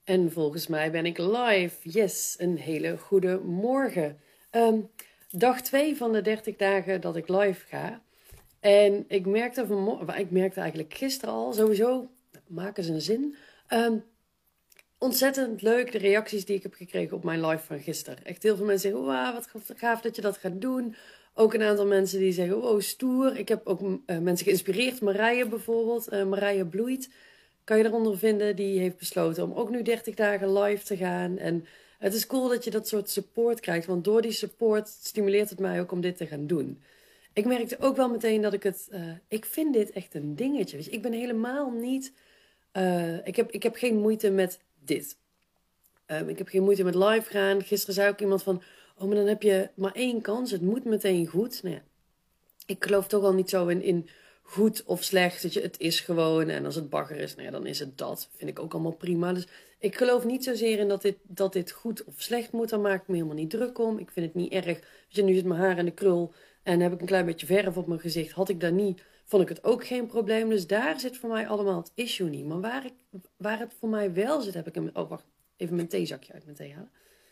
En volgens mij ben ik live. Yes, een hele goede morgen. Dag 2 van de 30 dagen dat ik live ga. En ik merkte eigenlijk gisteren al, sowieso, maken ze een zin. Ontzettend leuk de reacties die ik heb gekregen op mijn live van gisteren. Echt heel veel mensen zeggen, wauw, wat gaaf dat je dat gaat doen. Ook een aantal mensen die zeggen, wow, stoer. Ik heb ook mensen geïnspireerd. Marije bijvoorbeeld, Marije Bloeit. Kan je eronder vinden, die heeft besloten om ook nu 30 dagen live te gaan. En het is cool dat je dat soort support krijgt, want door die support stimuleert het mij ook om dit te gaan doen. Ik merkte ook wel meteen dat ik vind dit echt een dingetje. Weet je, ik ben helemaal niet, ik heb geen moeite met dit. Ik heb geen moeite met live gaan. Gisteren zei ook iemand van, oh, maar dan heb je maar één kans, het moet meteen goed. Nou ja, ik geloof toch al niet zo in goed of slecht. Dat je, het is gewoon. En als het bagger is, nou ja, dan is het dat. Vind ik ook allemaal prima. Dus ik geloof niet zozeer in dat dit goed of slecht moet. Daar maak ik me helemaal niet druk om. Ik vind het niet erg. Weet je, nu zit mijn haar in de krul. En heb ik een klein beetje verf op mijn gezicht. Had ik dat niet, vond ik het ook geen probleem. Dus daar zit voor mij allemaal het issue niet. Maar waar het voor mij wel zit, heb ik een... Oh, wacht. Even mijn theezakje uit mijn thee halen.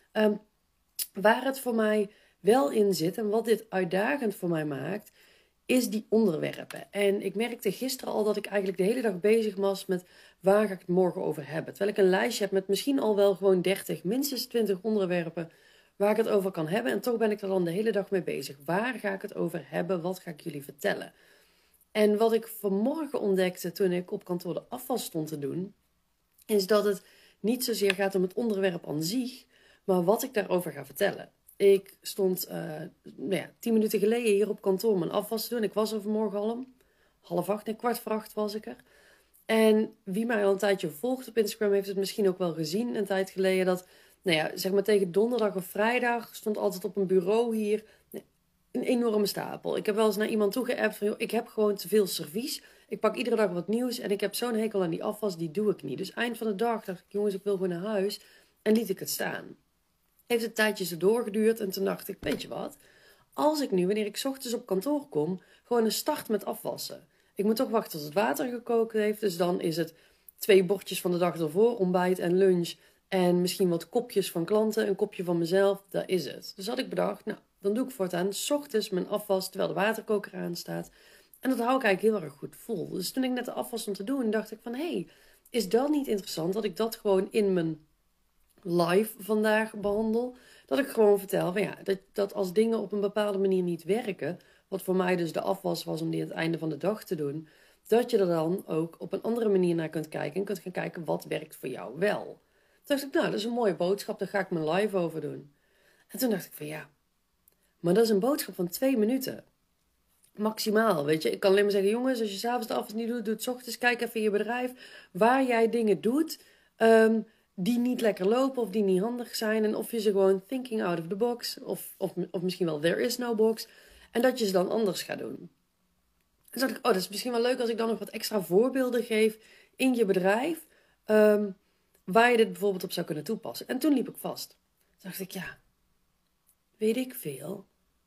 Waar het voor mij wel in zit en wat dit uitdagend voor mij maakt, is die onderwerpen. En ik merkte gisteren al dat ik eigenlijk de hele dag bezig was met waar ga ik het morgen over hebben. Terwijl ik een lijstje heb met misschien al wel gewoon 30, minstens 20 onderwerpen waar ik het over kan hebben. En toch ben ik er dan de hele dag mee bezig. Waar ga ik het over hebben? Wat ga ik jullie vertellen? En wat ik vanmorgen ontdekte toen ik op kantoor de afwas stond te doen, is dat het niet zozeer gaat om het onderwerp aan zich, maar wat ik daarover ga vertellen. Ik stond 10 minuten geleden hier op kantoor mijn afwas te doen. Ik was er vanmorgen al om 7:30, nee, 7:15 was ik er. En wie mij al een tijdje volgt op Instagram heeft het misschien ook wel gezien een tijd geleden. Dat, nou ja, zeg maar tegen donderdag of vrijdag stond altijd op een bureau hier een enorme stapel. Ik heb wel eens naar iemand toe geappt van, joh, ik heb gewoon te veel servies. Ik pak iedere dag wat nieuws en ik heb zo'n hekel aan die afwas, die doe ik niet. Dus eind van de dag dacht ik, jongens, ik wil gewoon naar huis. En liet ik het staan. Heeft een tijdje zo doorgeduurd en toen dacht ik, weet je wat? Als ik nu, wanneer ik 's ochtends op kantoor kom, gewoon een start met afwassen. Ik moet toch wachten tot het water gekookt heeft. Dus dan is het 2 bordjes van de dag ervoor, ontbijt en lunch. En misschien wat kopjes van klanten, een kopje van mezelf. Dat is het. Dus had ik bedacht, nou, dan doe ik voortaan 's ochtends mijn afwas terwijl de waterkoker aanstaat. En dat hou ik eigenlijk heel erg goed vol. Dus toen ik net de afwas stond te doen, dacht ik van, hé, is dat niet interessant dat ik dat gewoon in mijn live vandaag behandel? Dat ik gewoon vertel van ja, dat als dingen op een bepaalde manier niet werken, wat voor mij dus de afwas was om die aan het einde van de dag te doen, dat je er dan ook op een andere manier naar kunt kijken en kunt gaan kijken wat werkt voor jou wel. Toen dacht ik, nou, dat is een mooie boodschap, daar ga ik mijn live over doen. En toen dacht ik van ja, maar dat is een boodschap van 2 minuten. Maximaal, weet je. Ik kan alleen maar zeggen, jongens, als je s'avonds de afwas niet doet, doe het 's ochtends. Kijk even in je bedrijf waar jij dingen doet die niet lekker lopen of die niet handig zijn. En of je ze gewoon thinking out of the box, of misschien wel there is no box. En dat je ze dan anders gaat doen. En toen dacht ik, oh, dat is misschien wel leuk als ik dan nog wat extra voorbeelden geef in je bedrijf. Waar je dit bijvoorbeeld op zou kunnen toepassen. En toen liep ik vast. Toen dacht ik, ja, weet ik veel.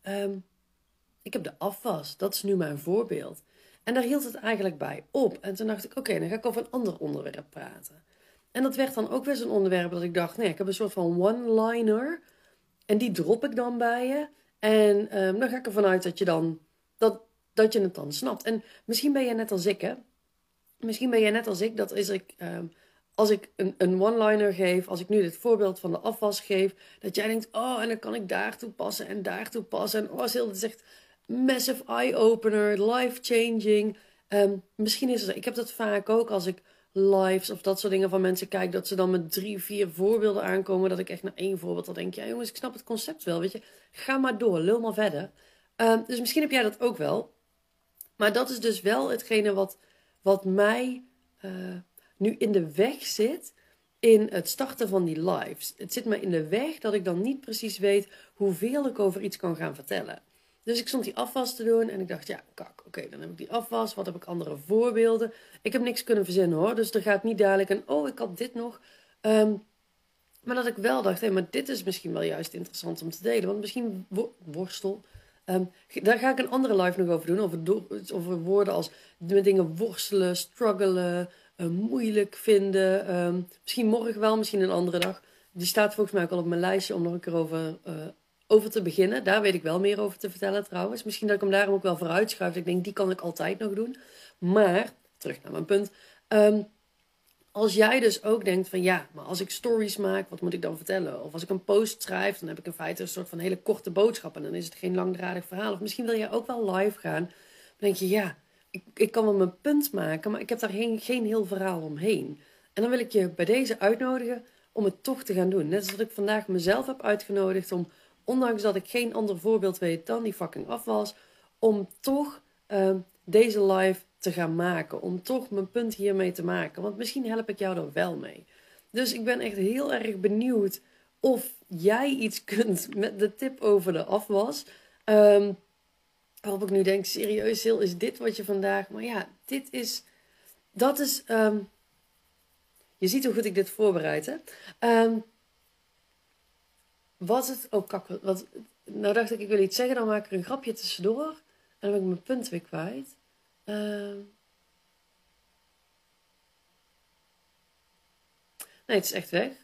Ik heb de afwas, dat is nu mijn voorbeeld. En daar hield het eigenlijk bij op. En toen dacht ik, oké, dan ga ik over een ander onderwerp praten. En dat werd dan ook weer zo'n onderwerp dat ik dacht, nee, ik heb een soort van one-liner. En die drop ik dan bij je. En dan ga ik ervan uit dat je dan, dat je het dan snapt. En misschien ben jij net als ik, hè. Misschien ben jij net als ik, dat is ik, als ik een one-liner geef, als ik nu dit voorbeeld van de afwas geef, dat jij denkt, oh, en dan kan ik daar toepassen en daar toepassen. En oh, Sil, dat is echt massive eye-opener, life-changing. Misschien is het, ik heb dat vaak ook als ik lives of dat soort dingen van mensen kijk, dat ze dan met 3, 4 voorbeelden aankomen, dat ik echt naar 1 voorbeeld dan denk, ja jongens, ik snap het concept wel, weet je. Ga maar door, lul maar verder. Dus misschien heb jij dat ook wel. Maar dat is dus wel hetgene wat mij nu in de weg zit in het starten van die lives. Het zit me in de weg dat ik dan niet precies weet hoeveel ik over iets kan gaan vertellen. Dus ik stond die afwas te doen en ik dacht, ja, kak, oké, dan heb ik die afwas. Wat heb ik andere voorbeelden? Ik heb niks kunnen verzinnen hoor, dus er gaat niet dadelijk een, oh, ik had dit nog. Maar dat ik wel dacht, hé, maar dit is misschien wel juist interessant om te delen. Want misschien worstel. Daar ga ik een andere live nog over doen. Over woorden als met dingen worstelen, struggelen, moeilijk vinden. Misschien morgen wel, misschien een andere dag. Die staat volgens mij ook al op mijn lijstje om nog een keer over te beginnen. Daar weet ik wel meer over te vertellen trouwens. Misschien dat ik hem daarom ook wel vooruit schuif. Ik denk, die kan ik altijd nog doen. Maar, terug naar mijn punt. Als jij dus ook denkt van ja, maar als ik stories maak, wat moet ik dan vertellen? Of als ik een post schrijf, dan heb ik in feite een soort van hele korte boodschap. En dan is het geen langdradig verhaal. Of misschien wil jij ook wel live gaan. Dan denk je ja, ik kan wel mijn punt maken, maar ik heb daar geen heel verhaal omheen. En dan wil ik je bij deze uitnodigen om het toch te gaan doen. Net zoals ik vandaag mezelf heb uitgenodigd om, ondanks dat ik geen ander voorbeeld weet dan die fucking afwas, om toch deze live te gaan maken. Om toch mijn punt hiermee te maken. Want misschien help ik jou er wel mee. Dus ik ben echt heel erg benieuwd of jij iets kunt met de tip over de afwas. Waarop ik nu denk, serieus Sil, is dit wat je vandaag... Maar ja, dat is... je ziet hoe goed ik dit voorbereid, hè? Was het... Oh, kak. Nou dacht ik wil iets zeggen, dan maak ik er een grapje tussendoor. En dan ben ik mijn punt weer kwijt. Nee, het is echt weg.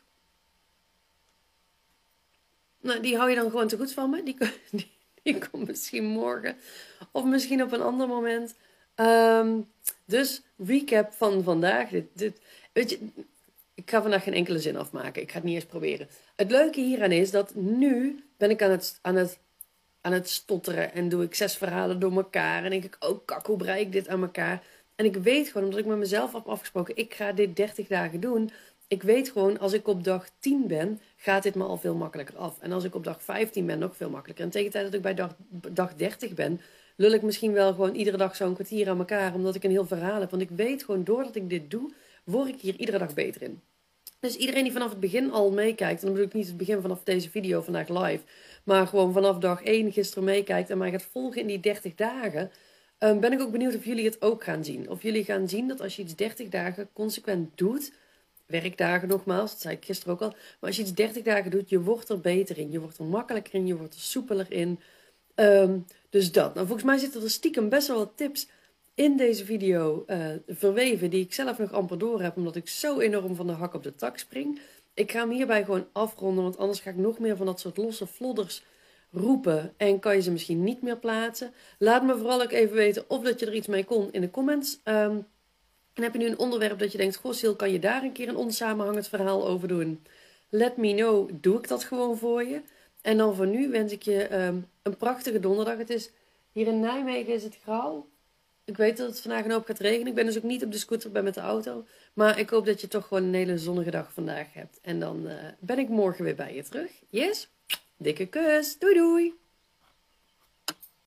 Nou, die hou je dan gewoon te goed van me. Die komt misschien morgen. Of misschien op een ander moment. Dus, recap van vandaag. Weet je, ik ga vandaag geen enkele zin afmaken. Ik ga het niet eens proberen. Het leuke hieraan is dat nu ben ik aan het stotteren. En doe ik 6 verhalen door elkaar. En denk ik, oh kak, hoe brei ik dit aan elkaar? En ik weet gewoon, omdat ik met mezelf heb afgesproken, ik ga dit 30 dagen doen. Ik weet gewoon, als ik op dag 10 ben, gaat dit me al veel makkelijker af. En als ik op dag 15 ben, nog veel makkelijker. En tegen de tijd dat ik bij dag 30 ben, lul ik misschien wel gewoon iedere dag zo'n kwartier aan elkaar. Omdat ik een heel verhaal heb. Want ik weet gewoon, doordat ik dit doe, word ik hier iedere dag beter in. Dus iedereen die vanaf het begin al meekijkt, en dan bedoel ik niet het begin vanaf deze video vandaag live, maar gewoon vanaf dag 1 gisteren meekijkt en mij gaat volgen in die 30 dagen, ben ik ook benieuwd of jullie het ook gaan zien. Of jullie gaan zien dat als je iets 30 dagen consequent doet, werkdagen nogmaals, dat zei ik gisteren ook al, maar als je iets 30 dagen doet, je wordt er beter in. Je wordt er makkelijker in, je wordt er soepeler in. Dus dat. Nou, volgens mij zitten er stiekem best wel wat tips in deze video verweven die ik zelf nog amper door heb, omdat ik zo enorm van de hak op de tak spring. Ik ga hem hierbij gewoon afronden, want anders ga ik nog meer van dat soort losse flodders roepen en kan je ze misschien niet meer plaatsen. Laat me vooral ook even weten of dat je er iets mee kon in de comments. En heb je nu een onderwerp dat je denkt, goh Sil, kan je daar een keer een onsamenhangend verhaal over doen? Let me know, doe ik dat gewoon voor je. En dan voor nu wens ik je een prachtige donderdag. Het is hier in Nijmegen is het grauw. Ik weet dat het vandaag een hoop gaat regenen. Ik ben dus ook niet op de scooter, ben met de auto. Maar ik hoop dat je toch gewoon een hele zonnige dag vandaag hebt. En dan ben ik morgen weer bij je terug. Yes? Dikke kus. Doei doei.